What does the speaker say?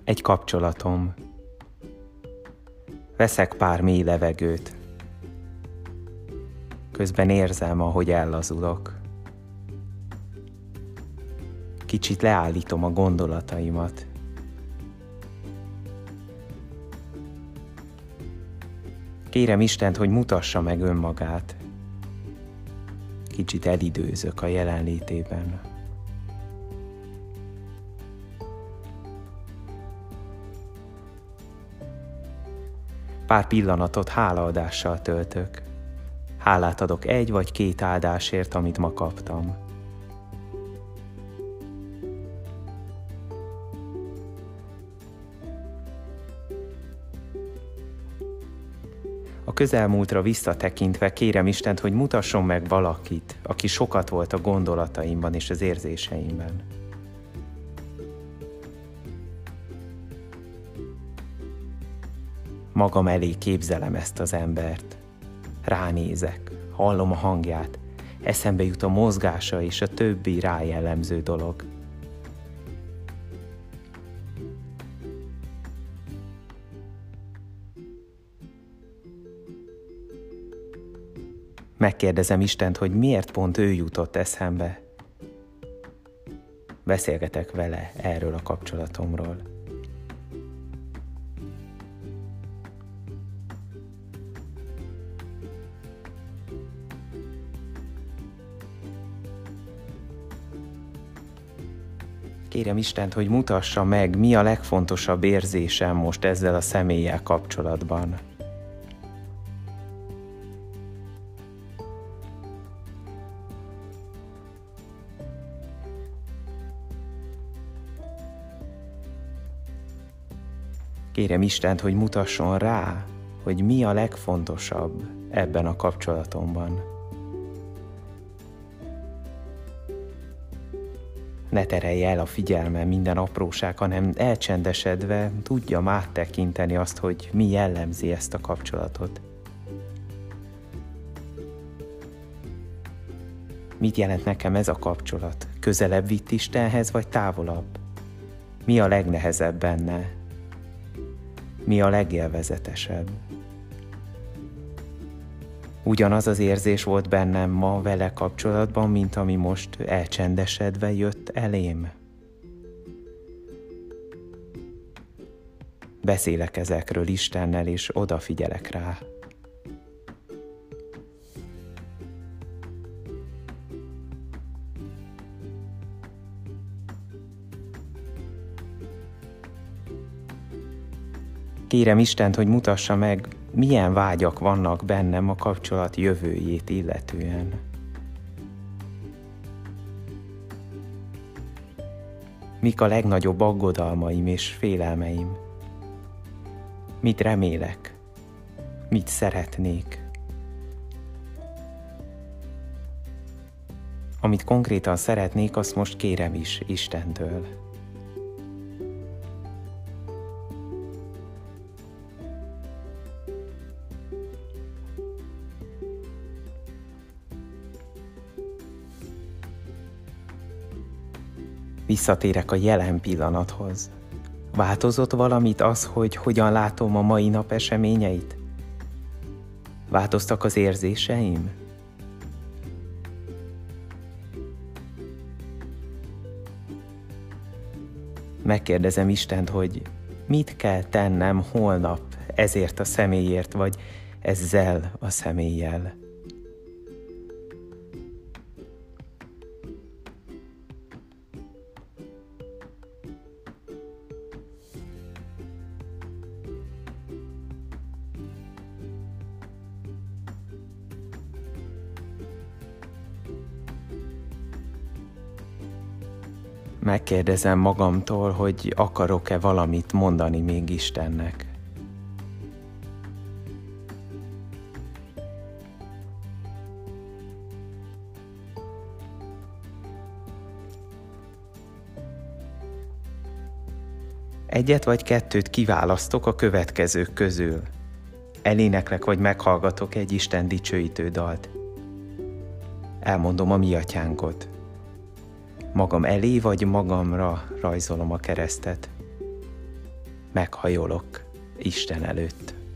Egy kapcsolatom. Veszek pár mély levegőt. Közben érzem, ahogy ellazulok. Kicsit leállítom a gondolataimat. Kérem Istent, hogy mutassa meg önmagát. Kicsit elidőzök a jelenlétében. Pár pillanatot hálaadással töltök. Hálát adok 1 vagy 2 áldásért, amit ma kaptam. A közelmúltra visszatekintve kérem Istent, hogy mutasson meg valakit, aki sokat volt a gondolataimban és az érzéseimben. Magam elé képzelem ezt az embert. Ránézek, hallom a hangját, eszembe jut a mozgása és a többi rájellemző dolog. Megkérdezem Istent, hogy miért pont ő jutott eszembe. Beszélgetek vele erről a kapcsolatomról. Kérem Istent, hogy mutassa meg, mi a legfontosabb érzésem most ezzel a személlyel kapcsolatban. Kérem Istent, hogy mutasson rá, hogy mi a legfontosabb ebben a kapcsolatomban. Ne terelje el a figyelmem minden apróság, hanem elcsendesedve tudjam áttekinteni azt, hogy mi jellemzi ezt a kapcsolatot. Mit jelent nekem ez a kapcsolat? Közelebb vitt Istenhez, vagy távolabb? Mi a legnehezebb benne? Mi a legélvezetesebb? Ugyanaz az érzés volt bennem ma vele kapcsolatban, mint ami most elcsendesedve jött elém. Beszélek ezekről Istennel, és odafigyelek rá. Kérem Istent, hogy mutassa meg, milyen vágyak vannak bennem a kapcsolat jövőjét illetően. Mik a legnagyobb aggodalmaim és félelmeim? Mit remélek? Mit szeretnék? Amit konkrétan szeretnék, azt most kérem is Istentől. Visszatérek a jelen pillanathoz. Változott valamit az, hogy hogyan látom a mai nap eseményeit? Változtak az érzéseim? Megkérdezem Istent, hogy mit kell tennem holnap ezért a személyért, vagy ezzel a személlyel. Megkérdezem magamtól, hogy akarok-e valamit mondani még Istennek. Egyet vagy kettőt kiválasztok a következők közül. Eléneklek vagy meghallgatok egy Isten dicsőítő dalt. Elmondom a mi atyánkot. Magam elé vagy magamra rajzolom a keresztet. meghajolok Isten előtt.